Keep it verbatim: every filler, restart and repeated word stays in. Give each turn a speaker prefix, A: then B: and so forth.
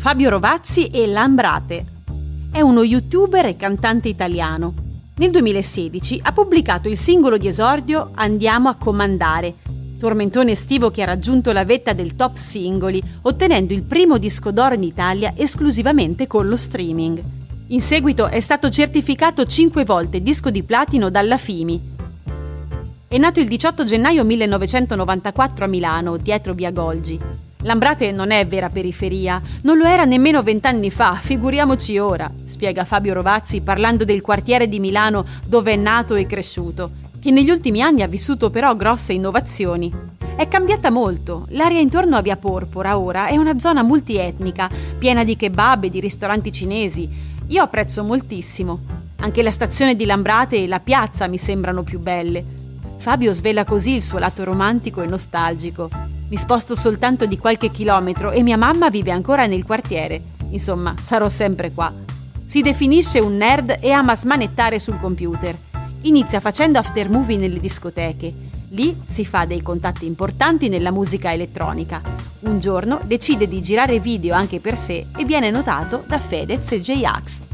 A: Fabio Rovazzi e Lambrate. È uno youtuber e cantante italiano. Nel duemilasedici ha pubblicato il singolo di esordio Andiamo a comandare, tormentone estivo che ha raggiunto la vetta del top singoli, ottenendo il primo disco d'oro in Italia esclusivamente con lo streaming. In seguito è stato certificato cinque volte disco di platino dalla FIMI. È nato il diciotto gennaio millenovecentonovantaquattro a Milano, dietro via Golgi. Lambrate non è vera periferia, non lo era nemmeno vent'anni fa, figuriamoci ora, spiega Fabio Rovazzi parlando del quartiere di Milano dove è nato e cresciuto, che negli ultimi anni ha vissuto però grosse innovazioni. È cambiata molto, l'area intorno a via Porpora ora è una zona multietnica, piena di kebab e di ristoranti cinesi. Io apprezzo moltissimo. Anche la stazione di Lambrate e la piazza mi sembrano più belle. Fabio svela così il suo lato romantico e nostalgico. Mi sposto soltanto di qualche chilometro e mia mamma vive ancora nel quartiere. Insomma, sarò sempre qua. Si definisce un nerd e ama smanettare sul computer. Inizia facendo aftermovie nelle discoteche. Lì si fa dei contatti importanti nella musica elettronica. Un giorno decide di girare video anche per sé e viene notato da Fedez e J-Ax.